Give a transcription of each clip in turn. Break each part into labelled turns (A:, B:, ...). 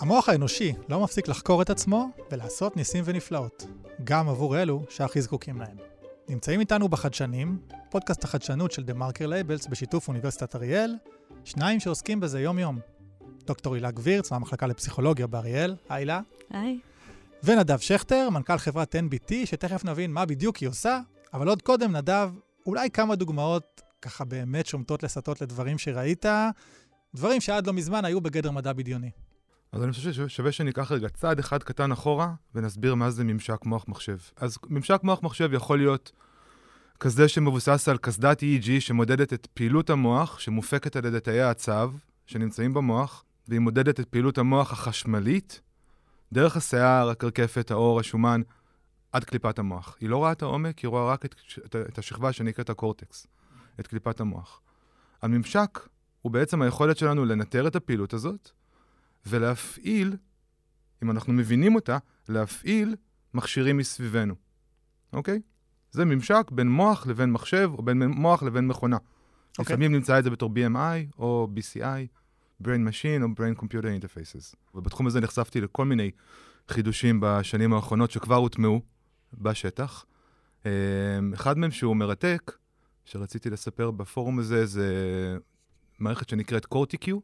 A: המוח האנושי לא מפסיק לחקור את עצמו ולעשות ניסים ונפלאות, גם עבור אלו שהכי זקוקים להם. נמצאים איתנו בחדשנים, פודקאסט החדשנות של The Marker Labels בשיתוף אוניברסיטת אריאל, שניים שעוסקים בזה יום-יום. דוקטור הילה גבירץ מהמחלקה לפסיכולוגיה באריאל, הילה.
B: היי.
A: ונדב שכטר, מנכ"ל חברת NBT, שתכף נבין מה בדיוק היא עושה, אבל עוד קודם, נדב, אולי כמה דוגמאות ככה באמת שומטות לסטות לדברים שראית, דברים שעד לא מזמן היו בגדר מדע בדיוני.
C: אז אני חושב ששווה שניקח רגע צעד אחד קטן אחורה, ונסביר מה זה ממשק מוח מחשב. אז ממשק מוח מחשב יכול להיות כזה שמבוסס על קסדת EEG שמודדת את פעילות המוח, שמופקת על ידי תאי העצב שנמצאים במוח, והיא מודדת את פעילות המוח החשמלית, דרך השיער, הקרקפת, האור, השומן, עד קליפת המוח. היא לא רואה את העומק, היא רואה רק את השכבה שנקראת הקורטקס, את קליפת המוח. הממשק הוא בעצם היכולת שלנו לנטר את הפעילות הזאת, ולהפעיל, אם אנחנו מבינים אותה, להפעיל מכשירים מסביבנו. אוקיי? זה ממשק בין מוח לבין מחשב, או בין מוח לבין מכונה. לפעמים נמצא את זה בתור BMI, או BCI, Brain Machine, או Brain Computer Interfaces. ובתחום הזה נחשפתי לכל מיני חידושים בשנים האחרונות, שכבר הוטמעו בשטח. אחד מהם שהוא מרתק, שרציתי לספר בפורום הזה, זה מערכת שנקראת קורטיקיו,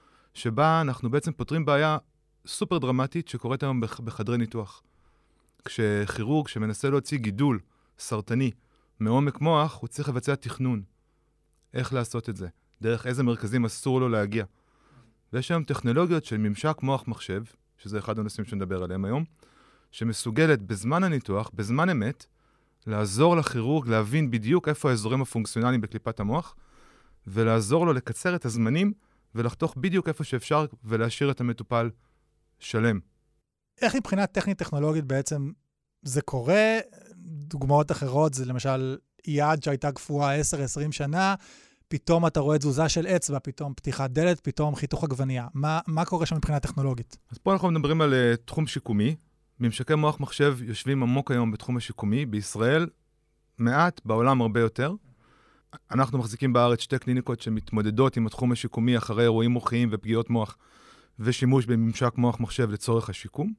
C: שבה אנחנו בעצם פותרים בעיה סופר דרמטית שקורית היום בחדרי ניתוח. כשכירורג שמנסה להוציא גידול סרטני מעומק מוח, הוא צריך לבצע תכנון. איך לעשות את זה? דרך איזה מרכזים אסור לו להגיע. ויש היום טכנולוגיות של ממשק מוח מחשב, שזה אחד הנושאים שנדבר עליהם היום, שמסוגלת בזמן הניתוח, בזמן אמת, לעזור לכירורג להבין בדיוק איפה האזורים הפונקציונליים בקליפת המוח, ולעזור לו לקצר את הזמנים ולחתוך בדיוק איפה שאפשר ולהשאיר את המטופל שלם.
A: איך מבחינת טכנית-טכנולוגית בעצם זה קורה? דוגמאות אחרות זה למשל יד שהייתה קפואה 10-20 שנה, פתאום אתה רואה תזוזה של אצבע, פתאום פתיחת דלת, פתאום חיתוך עגבנייה. מה קורה שם מבחינה טכנולוגית?
C: אז פה אנחנו מדברים על תחום שיקומי. ממשקי מוח מחשב יושבים עמוק היום בתחום השיקומי. בישראל מעט, בעולם הרבה יותר. אנחנו מחזיקים בארץ 2 קליניקות שמתמודדות עם התחום השיקומי אחרי אירועים מוחיים ופגיעות מוח ושימוש בממשק מוח מחשב לצורך השיקום.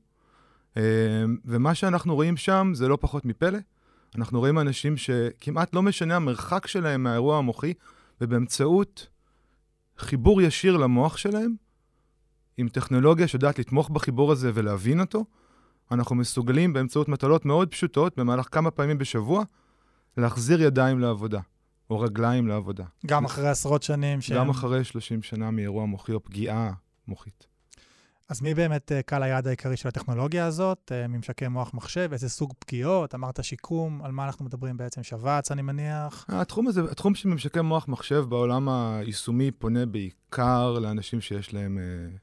C: ומה שאנחנו רואים שם זה לא פחות מפלא. אנחנו רואים אנשים שכמעט לא משנה המרחק שלהם מהאירוע המוחי, ובאמצעות חיבור ישיר למוח שלהם, עם טכנולוגיה שיודעת לתמוך בחיבור הזה ולהבין אותו, אנחנו מסוגלים באמצעות מטלות מאוד פשוטות, במהלך כמה פעמים בשבוע, להחזיר ידיים לעבודה. או רגליים לעבודה.
A: גם אחרי עשרות שנים.
C: גם אחרי 30 שנה מאירוע מוחי או פגיעה מוחית.
A: אז מי באמת קהל היעד העיקרי של הטכנולוגיה הזאת? ממשקי מוח מחשב, איזה סוג פגיעות? אמרת שיקום, על מה אנחנו מדברים בעצם? שבץ, אני מניח?
C: התחום של ממשקי מוח מחשב בעולם היישומי פונה בעיקר לאנשים שיש להם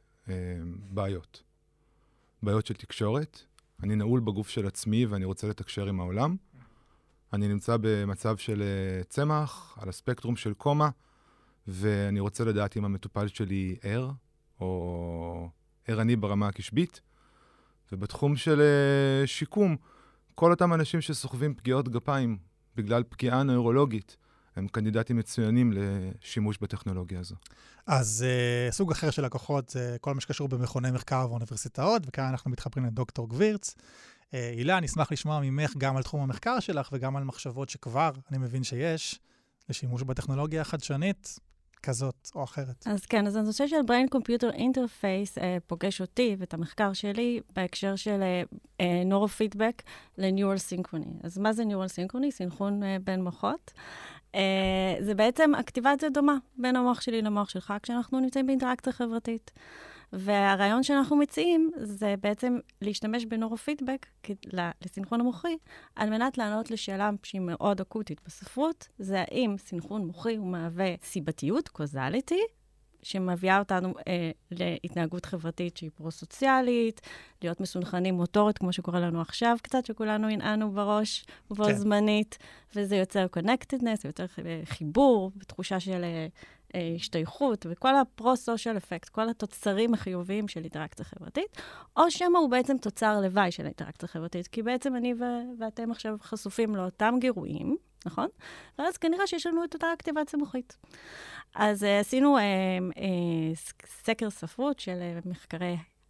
C: בעיות. בעיות של תקשורת. אני נעול בגוף של עצמי ואני רוצה לתקשר עם העולם. אני נמצא במצב של צמח, על הספקטרום של קומה, ואני רוצה לדעת אם המטופל שלי ער, או ערני ברמה הקשבית. ובתחום של שיקום, כל אותם אנשים שסוחבים פגיעות גפיים בגלל פגיעה נוירולוגית, הם קנדידטים מצוינים לשימוש בטכנולוגיה הזו.
A: אז סוג אחר של לקוחות זה כל מה שקשור במכוני מחקר ואוניברסיטאות, וכאן אנחנו מתחברים לדוקטור גבירץ. הילה, אני אשמח לשמוע ממך גם על תחום המחקר שלך וגם על מחשבות שכבר אני מבין שיש לשימוש בטכנולוגיה החדשנית כזאת או אחרת.
B: אז כן, אז הנושא של Brain Computer Interface פוגש אותי ואת המחקר שלי בהקשר של נורופידבק ל-Neural Synchrony. אז מה זה Neural Synchrony? סינכרון בין מוחות. זה בעצם אקטיבציה דומה בין המוח שלי למוח שלך כשאנחנו נמצאים באינטראקציה חברתית. והרעיון שאנחנו מציעים זה בעצם להשתמש בנורופידבק לסינכרון המוחי, על מנת לענות לשאלה שהיא מאוד אקוטית בספרות, זה האם סינכרון מוחי הוא מהווה סיבתיות, קוזליטי, שמביאה אותנו להתנהגות חברתית שהיא פרו-סוציאלית, להיות מסונכרנים מוטורית, כמו שקורה לנו עכשיו קצת, שכולנו ינענו בראש ובו זמנית, וזה יוצר connectedness, זה יוצר חיבור, בתחושה של השתייכות, וכל הפרו-סושיאל אפקט, כל התוצרים החיוביים של אינטראקציה חברתית, או שמה הוא בעצם תוצר לוואי של אינטראקציה חברתית, כי בעצם אני ואתם עכשיו חשופים לאותם גירויים, נכון? ואז כנראה שיש לנו את אותה אקטיבציה מוחית. אז עשינו סקר ספרות של מחקרי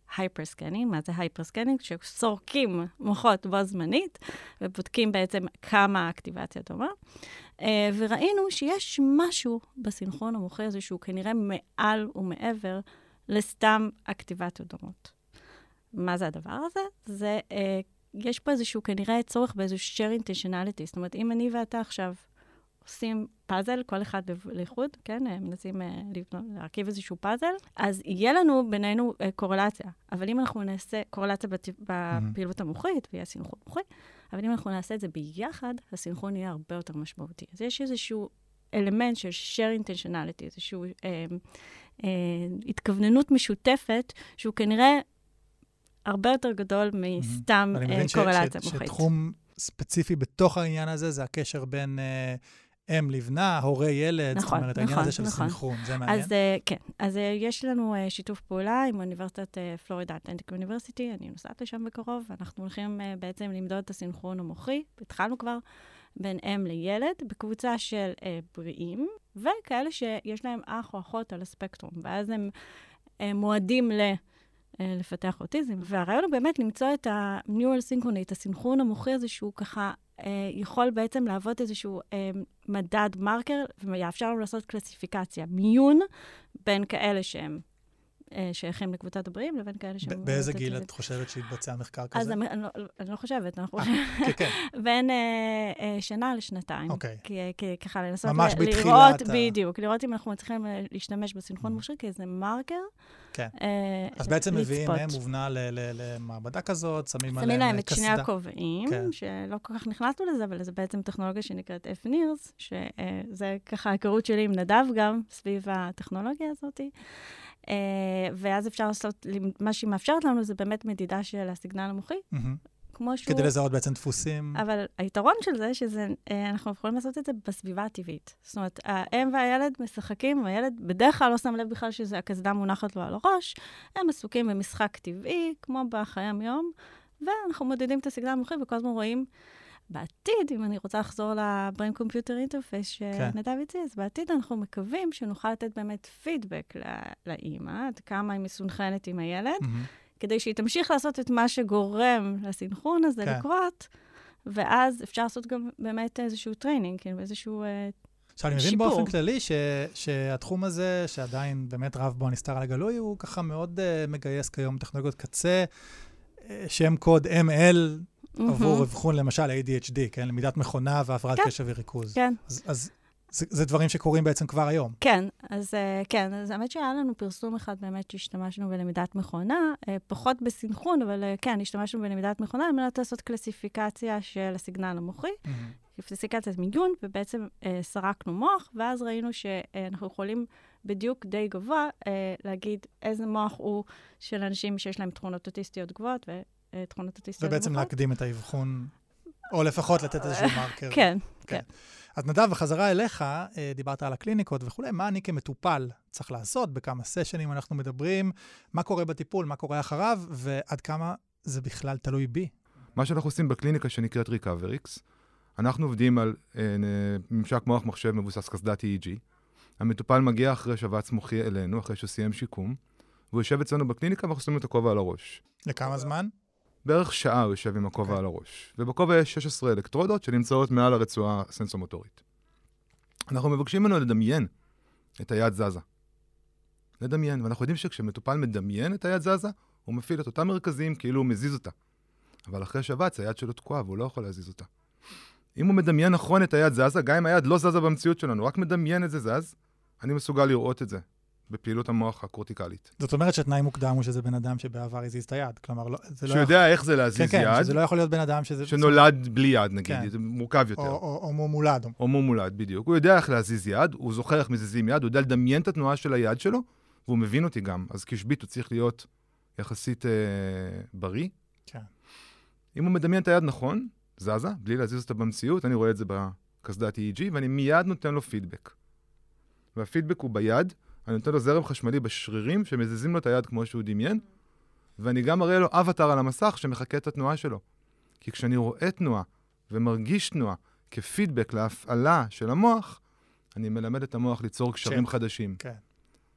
B: הייפרסקנינג. מה זה הייפרסקנינג? שסורקים מוחות בו זמנית, ובודקים בעצם כמה האקטיבציה דומה. וראינו שיש משהו בסינכרון המוחי הזה, שהוא כנראה מעל ומעבר לסתם אקטיבציות דומות. מה זה הדבר הזה? זה, יש פה איזשהו כנראה צורך באיזשהו share intentionality. זאת אומרת, אם אני ואתה עכשיו עושים פאזל, כל אחד לחוד, כן? מנסים להרכיב איזשהו פאזל, אז יהיה לנו בינינו קורלציה. אבל אם אנחנו נעשה קורלציה בפעילות המוחית, ויהיה סינכרון מוחי, אבל אם אנחנו נעשה את זה ביחד, הסינכרון יהיה הרבה יותר משמעותי. אז יש איזשהו אלמנט של share intentionality, איזשהו התכווננות משותפת, שהוא כנראה הרבה יותר גדול מסתם קורלציה מוחית.
A: שתחום ספציפי בתוך העניין הזה, זה הקשר בין אם לבנה, הורי ילד, זאת אומרת, העניין הזה של סינכרון, זה מעניין?
B: אז כן, אז יש לנו שיתוף פעולה עם אוניברסיטת פלורידה אטלנטיק אוניברסיטי, אני נוסעת לשם בקרוב, ואנחנו הולכים בעצם למדוד את הסינכרון המוחי, התחלנו כבר בין אם לילד, בקבוצה של בריאים, וכאלה שיש להם אח או אחות על הספקטרום, ואז הם מועדים לפתח אוטיזם. והרעיון הוא באמת למצוא את ה-neural synchrony, את הסינכרון המוחי הזה, שהוא ככה יכול בעצם להוות איזשהו מדד מרקר, ויאפשר לנו לעשות קלסיפיקציה, מיון בין כאלה שהם שייכים לקבוצת הבריאים, לבין כאלה שהם...
A: באיזה גיל את חושבת שהתבצע מחקר כזה?
B: אז אני לא חושבת, אנחנו בין שנה לשנתיים. כי ככה לנסות
A: ממש בתחילת
B: בדיוק, לראות אם אנחנו מצליחים להשתמש בסינכרון מוחי כאיזה מרקר.
A: כן. אז בעצם מביאים מהם מובנה למעבדה כזאת, שמים עליהם
B: להם את שני הכובעים, שלא כל כך נכנסנו לזה, אבל זה בעצם טכנולוגיה שנקראת F-Nears, שזה ככה ההיכרות שלי עם נדב גם, סביב הטכנולוגיה הזאת. ואז אפשר לעשות, מה שהיא מאפשרת לנו זה באמת מדידה של הסיגנל המוחי, כמו שהוא...
A: כדי לזהות בעצם דפוסים.
B: אבל היתרון של זה, שאנחנו יכולים לעשות את זה בסביבה הטבעית. זאת אומרת, האם והילד משחקים, והילד בדרך כלל לא שם לב בכלל שזה הקסדה מונחת לו על הראש, הם עסוקים במשחק טבעי, כמו בחיי היום, ואנחנו מודדים את הסיגנל המוחי, וכל הזמן רואים בעתיד, אם אני רוצה לחזור ל-Brain Computer Interface שנדב הציע, אז בעתיד אנחנו מקווים שנוכל לתת באמת פידבק לאמא, עד כמה היא מסונכרנת עם הילד, כדי שהיא תמשיך לעשות את מה שגורם לסינכרון הזה לקרות, ואז אפשר לעשות גם באמת איזשהו טריינינג, איזשהו שיפור.
A: עכשיו, אני מבין באופן כללי שהתחום הזה, שעדיין באמת רב בו הנסתר על הגלוי, הוא ככה מאוד מגייס כיום טכנולוגיות קצה, שם קוד ML, עבור אבחון למשל ADHD, כן? למידת מכונה והפרעת קשב וריכוז.
B: כן.
A: אז זה דברים שקורים בעצם כבר היום.
B: כן, אז האמת שהיה לנו פרסום אחד באמת שהשתמשנו בלמידת מכונה, פחות בסינכרון, אבל כן, השתמשנו בלמידת מכונה, על מנת לעשות קלסיפיקציה של הסיגנל המוחי, קלסיפיקציית מיון, ובעצם סרקנו מוח, ואז ראינו שאנחנו יכולים בדיוק די גבוה להגיד איזה מוח הוא של אנשים שיש להם תכונות אוטיסטיות גבוהות, תכונות אוטיסטיות
A: ובעצם להקדים את האבחון, או לפחות לתת איזשהו מרקר.
B: כן, כן.
A: אז נדב, בחזרה אליך, דיברת על הקליניקות וכו', מה אני כמטופל צריך לעשות, בכמה סשנים אנחנו מדברים, מה קורה בטיפול, מה קורה אחריו, ועד כמה זה בכלל תלוי בי.
C: מה שאנחנו עושים בקליניקה שנקראת Recoverix, אנחנו עובדים על ממשק מוח מחשב מבוסס קסדת EEG. המטופל מגיע אחרי שבץ מוחי אלינו, אחרי שסיים שיקום, והוא יושב אצלנו בקליניקה ואנחנו שמים את הכובע על הראש.
A: לכמה זמן?
C: בערך שעה הוא יושב עם הכובע על הראש. ובכובע יש 16 אלקטרודות שנמצאות מעל הרצועה הסנסומוטורית. אנחנו מבקשים ממנו לדמיין את היד זזה. לדמיין, ואנחנו יודעים שכשמטופל מדמיין את היד זזה, הוא מפעיל את אותם מרכזים כאילו הוא מזיז אותה. אבל אחרי שבץ היד שלו תקועה והוא לא יכול להזיז אותה. אם הוא מדמיין נכון את היד זזה, גם אם היד לא זזה במציאות שלנו, רק מדמיין את זה זז, אני מסוגל לראות את זה בפעילות המוח הקורטיקלית.
A: זאת אומרת שתנאי מוקדם הוא שזה בן אדם שבעבר הזיז את היד. כלומר,
C: שיודע איך זה להזיז יד.
A: כן, שזה לא יכול להיות בן אדם
C: שנולד בלי יד, נגיד, זה מורכב יותר.
A: או מומולד.
C: או מומולד, בדיוק. הוא יודע איך להזיז יד, הוא זוכר איך מזיזים יד, הוא יודע לדמיין את התנועה של היד שלו, והוא מבין אותי גם. אז כשבית הוא צריך להיות יחסית בריא.
A: כן.
C: אם הוא מדמיין את היד נכון, זזה, בלי להזיז אותה במציאות, אני רואה את זה בקסדת EEG, ואני מיד נותן לו פידבק. והפידבק הוא ביד, אני נותן לו זרם חשמלי בשרירים שמזיזים לו את היד כמו שהוא דמיין, ואני גם מראה לו אבטר על המסך שמחכה את התנועה שלו. כי כשאני רואה תנועה ומרגיש תנועה כפידבק להפעלה של המוח, אני מלמד את המוח ליצור קשרים חדשים.
A: כן.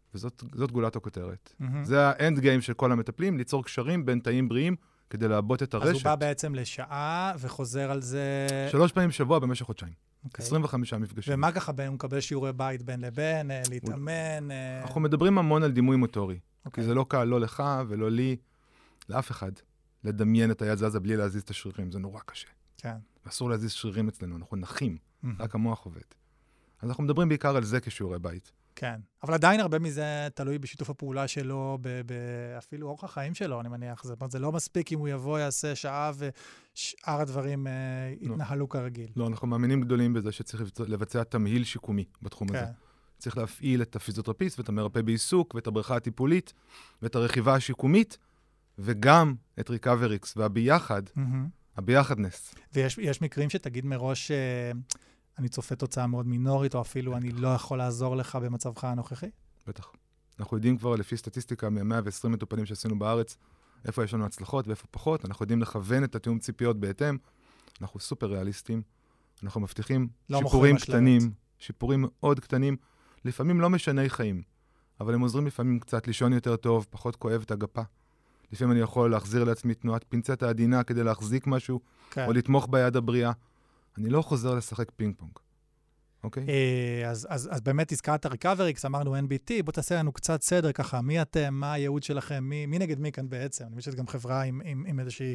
C: וזאת גולת הכותרת. זה האנד גיים של כל המטפלים, ליצור קשרים בין תאים בריאים, כדי לעבות את הרשת.
A: אז הוא בא בעצם לשעה וחוזר על זה...
C: 3 פעמים בשבוע במשך חודשיים. 25 מפגשים.
A: ומה ככה הוא מקבל שיעורי בית בין לבין, להתאמן?
C: אנחנו מדברים המון על דימוי מוטורי. כי זה לא קל, לא לך ולא לי, לאף אחד, לדמיין את היד זזה בלי להזיז את השרירים. זה נורא קשה.
A: כן.
C: ואסור להזיז שרירים אצלנו, אנחנו נחים, רק המוח עובד. אז אנחנו מדברים בעיקר על זה כשיעורי בית.
A: כן, אבל עדיין הרבה מזה תלוי בשיתוף הפעולה שלו, אפילו אורח החיים שלו, אני מניח. זה לא מספיק אם הוא יבוא, יעשה שעה ושאר הדברים יתנהלו כרגיל.
C: לא, אנחנו מאמינים גדולים בזה שצריך לבצע תמהיל שיקומי בתחום הזה. צריך להפעיל את הפיזיותרפיסט ואת המרפא בעיסוק ואת הבריכה הטיפולית ואת הרכיבה השיקומית, וגם את ריקאבריקס, הביחדנס.
A: ויש מקרים שתגיד מראש... אני צופה תוצאה מאוד מינורית, או אפילו אני לא יכול לעזור לך במצבך הנוכחי?
C: בטח. אנחנו יודעים כבר לפי סטטיסטיקה מ-120 מטופלים שעשינו בארץ, איפה יש לנו הצלחות ואיפה פחות. אנחנו יודעים לכוון את התיאום ציפיות בהתאם. אנחנו סופר ריאליסטים. אנחנו מבטיחים שיפורים קטנים, שיפורים מאוד קטנים, לפעמים לא משני חיים, אבל הם עוזרים לפעמים קצת לישון יותר טוב, פחות כואב את הגפה. לפעמים אני יכול להחזיר לעצמי תנועת פינצטה עדינה כדי להחזיק משהו, או לתמוך ביד הבריאה. אני לא חוזר לשחק פינג פונג, אוקיי?
A: אז באמת הזכרת ריקאבריקס, אמרנו NBT, בוא תעשה לנו קצת סדר ככה, מי אתם, מה הייעוד שלכם, מי נגד מי כאן בעצם? אני חושב שזו גם חברה עם איזושהי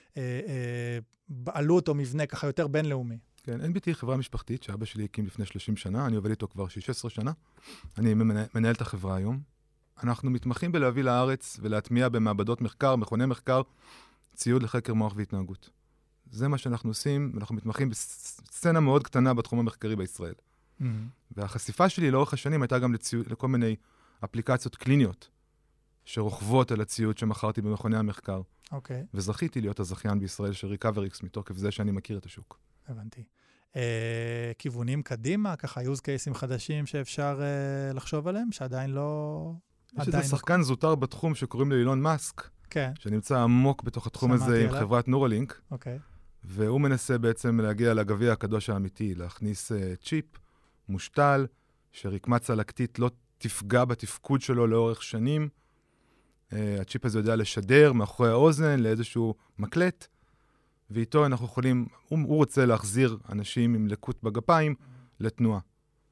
A: בעלות או מבנה ככה יותר בינלאומי.
C: כן, NBT היא חברה משפחתית שאבא שלי הקים לפני 30 שנה, אני עובד איתו כבר 16 שנה, אני מנהל את החברה היום. אנחנו מתמחים בלהביא לארץ ולהטמיע במעבדות מחקר, מכוני מחקר, ציוד לחקר מוח והתנהגות. זה מה שאנחנו עושים, ואנחנו מתמחים בסצנה מאוד קטנה בתחום המחקרי בישראל. והחשיפה שלי לאורך השנים הייתה גם לכל מיני אפליקציות קליניות, שרוכבות על הציוד שמכרתי במכוני המחקר.
A: אוקיי.
C: וזכיתי להיות הזכיין בישראל של ריקאבריקס, מתוקף זה שאני מכיר את השוק.
A: הבנתי. כיוונים קדימה, ככה use cases חדשים שאפשר לחשוב עליהם, שעדיין לא...
C: יש איזה שחקן זוטר בתחום שקוראים לו אילון מאסק,
A: כן.
C: שנמצא עמוק בתוך התחום הזה עם חברת נורלינק.
A: אוקיי.
C: והוא מנסה בעצם להגיע לגביע הקדוש האמיתי, להכניס צ'יפ מושתל, שרקמה צלקתית לא תפגע בתפקוד שלו לאורך שנים. הצ'יפ הזה יודע לשדר מאחורי האוזן לאיזשהו מקלט, ואיתו אנחנו יכולים, הוא רוצה להחזיר אנשים עם לקות בגפיים לתנועה,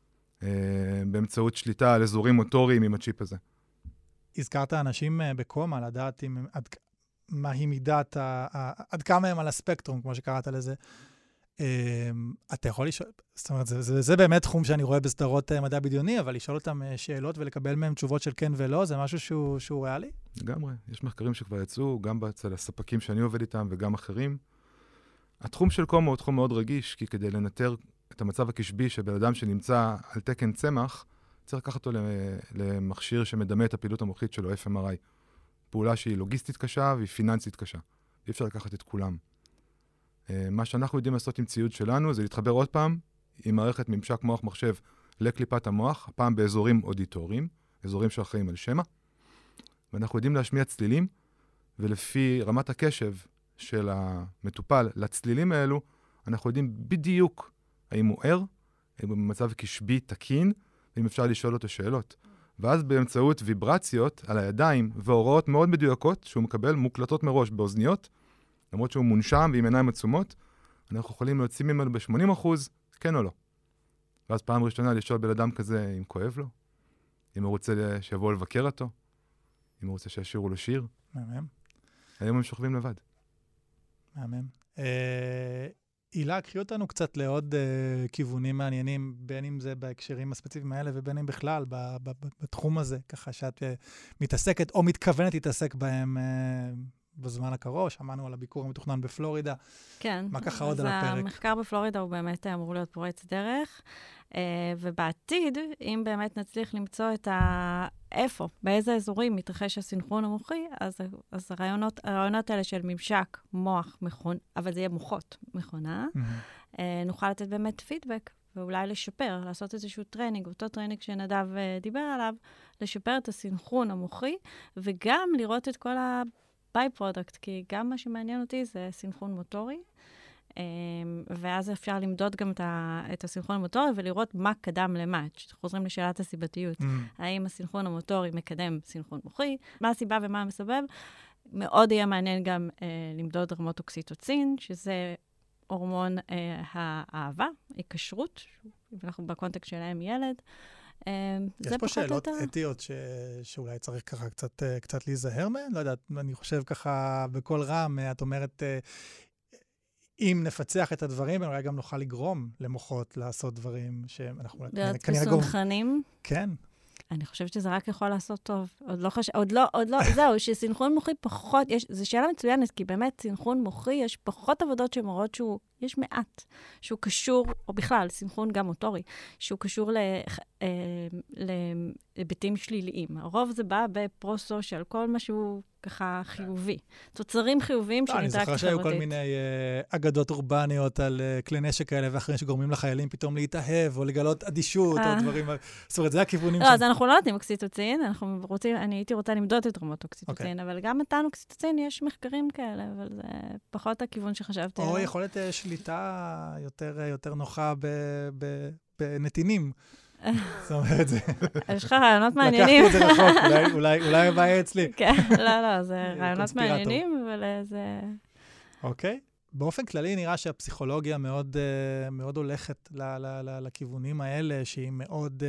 C: באמצעות שליטה על אזורים מוטוריים עם הצ'יפ הזה. הזכרת
A: אנשים בקומה, לדעת מה היא מידת, עד כמה הם על הספקטרום, כמו שקראת לזה. אתה יכול לשאול, זאת אומרת, זה באמת תחום שאני רואה בסדרות מדע בדיוני, אבל לשאול אותם שאלות ולקבל מהם תשובות של כן ולא, זה משהו שהוא ריאלי?
C: לגמרי. יש מחקרים שכבר יצאו, גם אצל הספקים שאני עובד איתם וגם אחרים. התחום של קומה הוא תחום מאוד רגיש, כי כדי לנטר את המצב הקשבי של בן אדם שנמצא על תקן צמח, צריך לקחת אותו למכשיר שמדמה את הפעילות המוחית שלו, FMRI. פעולה שהיא לוגיסטית קשה והיא פיננסית קשה. אי אפשר לקחת את כולם. מה שאנחנו יודעים לעשות עם ציוד שלנו, זה להתחבר עוד פעם עם מערכת ממשק מוח מחשב לקליפת המוח, הפעם באזורים אודיטוריים, אזורים שאחראים על שמע, ואנחנו יודעים להשמיע צלילים, ולפי רמת הקשב של המטופל לצלילים האלו, אנחנו יודעים בדיוק האם הוא ער, האם הוא במצב קשבי תקין, ואם אפשר לשאול אותו שאלות. ואז באמצעות ויברציות על הידיים והוראות מאוד מדויקות שהוא מקבל, מוקלטות מראש באוזניות, למרות שהוא מונשם ועם עיניים עצומות, אנחנו יכולים להוציא ממנו ב-80%, כן או לא. ואז פעם ראשונה לשאול בן אדם כזה אם כואב לו, אם הוא רוצה שיבואו לבקר אותו, אם הוא רוצה שישירו לו שיר.
A: מהמם.
C: היום הם שוכבים לבד.
A: מהמם. הילה, קחי אותנו קצת לעוד כיוונים מעניינים, בין אם זה בהקשרים הספציפיים האלה, ובין אם בכלל בתחום הזה, ככה שאת מתעסקת או מתכוונת להתעסק בהם בזמן הקרוב. שמענו על הביקור המתוכנן בפלורידה.
B: כן.
A: מה ככה עוד על הפרק?
B: אז המחקר בפלורידה הוא באמת אמור להיות פורץ דרך, ובעתיד, אם באמת נצליח למצוא את איפה, באיזה אזורים מתרחש הסינכרון המוחי, אז הרעיונות האלה של ממשק, מוח, מכון, אבל זה יהיה מוחות, מכונה, נוכל לתת באמת פידבק, ואולי לשפר, לעשות איזשהו טרנינג, אותו טרנינג שנדב דיבר עליו, לשפר את הסינכרון המוחי, וגם לראות את כל ביי פרודקט, כי גם מה שמעניין אותי זה סינכרון מוטורי, ואז אפשר למדוד גם את הסינכרון המוטורי ולראות מה קדם למה. חוזרים לשאלת הסיבתיות. האם הסינכרון המוטורי מקדם סינכרון מוחי? מה הסיבה ומה המסובב? מאוד יהיה מעניין גם למדוד רמות אוקסיטוצין, שזה הורמון האהבה, היקשרות, ואנחנו בקונטקסט שלהם ילד.
A: יש פה שאלות אתיות שאולי צריך ככה קצת להיזהר מהן? לא יודעת, אני חושב ככה בכל רם, את אומרת, אם נפצח את הדברים, אולי גם נוכל לגרום למוחות לעשות דברים שאנחנו
B: להיות מסונכנים?
A: כן.
B: אני חושבת שזה רק יכול לעשות טוב. עוד לא, זהו, שסינכרון מוחי פחות, זו שאלה מצוינת, כי באמת סינכרון מוחי, יש פחות עבודות שמראות יש מעט, שהוא קשור, או בכלל, סינכרון גם מוטורי, שהוא קשור להיבטים שליליים. הרוב זה בא בפרו-סושיאל, כל משהו ככה חיובי. תוצרים חיוביים של אינטראקציה חברתית.
A: אני זוכר שהיו כל מיני אגדות אורבניות על כלי נשק כאלה ואחרים שגורמים לחיילים פתאום להתאהב, או לגלות אדישות, או דברים. זאת אומרת, זה הכיוונים
B: לא, אז אנחנו לא נותנים אוקסיטוצין, אני הייתי רוצה למדוד את רמות אוקסיטוצין, אבל גם מתן אוקסיטוצין יש מחקרים כאלה, אבל זה פחות הכיוון שחשבתי.
A: או יכולת שליטה יותר נוחה בנתינים. זאת אומרת, זה...
B: יש לך רעיונות מעניינים.
A: לקחתי את זה רחוק, אולי הבעיה אצלי.
B: כן, לא, זה רעיונות מעניינים, אבל זה...
A: אוקיי. באופן כללי נראה שהפסיכולוגיה מאוד הולכת לכיוונים האלה, שהיא מאוד...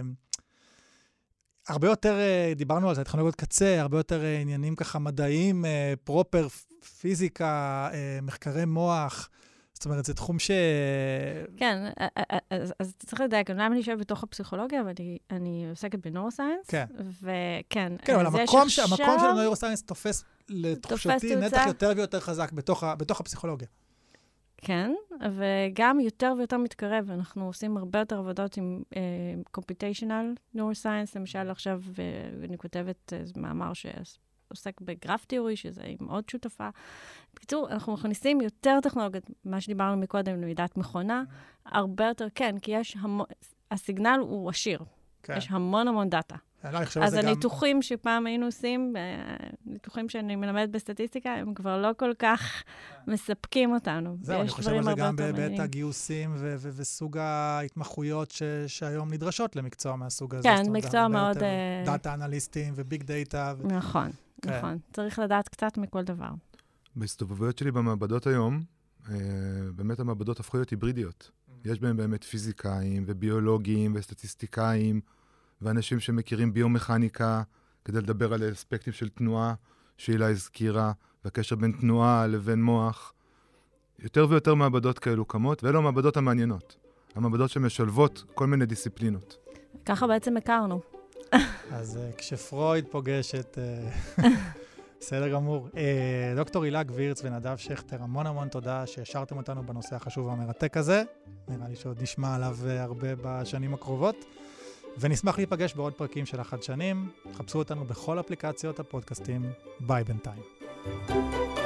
A: הרבה יותר, דיברנו על זה, טכנולוגיות קצה, הרבה יותר עניינים ככה מדעיים, פרופר, פיזיקה, מחקרי מוח. זאת אומרת, זה תחום
B: כן, אז צריך לדייק, למה אני יושב בתוך הפסיכולוגיה, ואני עוסקת בנוירוסיינס, וכן.
A: כן, אבל המקום של הנוירוסיינס תופס לתחושתי נתח יותר ויותר חזק בתוך הפסיכולוגיה.
B: כן, וגם יותר ויותר מתקרב. אנחנו עושים הרבה יותר עבודות עם computational neuroscience, למשל עכשיו, ואני כותבת מאמר שעוסק בגרף תיאורי, שזה עם עוד שותפה. בקיצור, אנחנו מכניסים יותר טכנולוגיות, מה שדיברנו מקודם, למידת מכונה, הרבה יותר, כן, כי הסיגנל הוא עשיר. יש המון דאטה. אז הניתוחים שפעם היינו עושים, ניתוחים שאני מלמדת בסטטיסטיקה, הם כבר לא כל כך מספקים אותנו.
A: זהו, אני חושב על זה גם בהיבט הגיוסים וסוג ההתמחויות שהיום נדרשות למקצוע מהסוג הזה.
B: כן, מקצוע מאוד...
A: דאטה אנליסטים וביג דאטה.
B: נכון. צריך לדעת קצת מכל דבר.
C: בהסתובבויות שלי במעבדות היום, באמת המעבדות הפכו להיות היברידיות. יש בהם באמת פיזיקאים וביולוגים וסטטיסטיקאים, ואנשים שמכירים ביומכניקה, כדי לדבר על אספקטים של תנועה, שאילה הזכירה, והקשר בין תנועה לבין מוח. יותר ויותר מעבדות כאלו קמות, ואלו המעבדות המעניינות. המעבדות שמשלבות כל מיני דיסציפלינות.
B: ככה בעצם הכרנו.
A: אז כשפרויד פוגש את... בסדר גמור. דוקטור הילה גבירץ ונדב שכטר, המון תודה שהשארתם אותנו בנושא החשוב והמרתק הזה. נראה לי שעוד נשמע עליו הרבה בשנים הקרובות. ונשמח להיפגש בעוד פרקים של החדשנים. חפשו אותנו בכל אפליקציות הפודקאסטים. ביי בינתיים.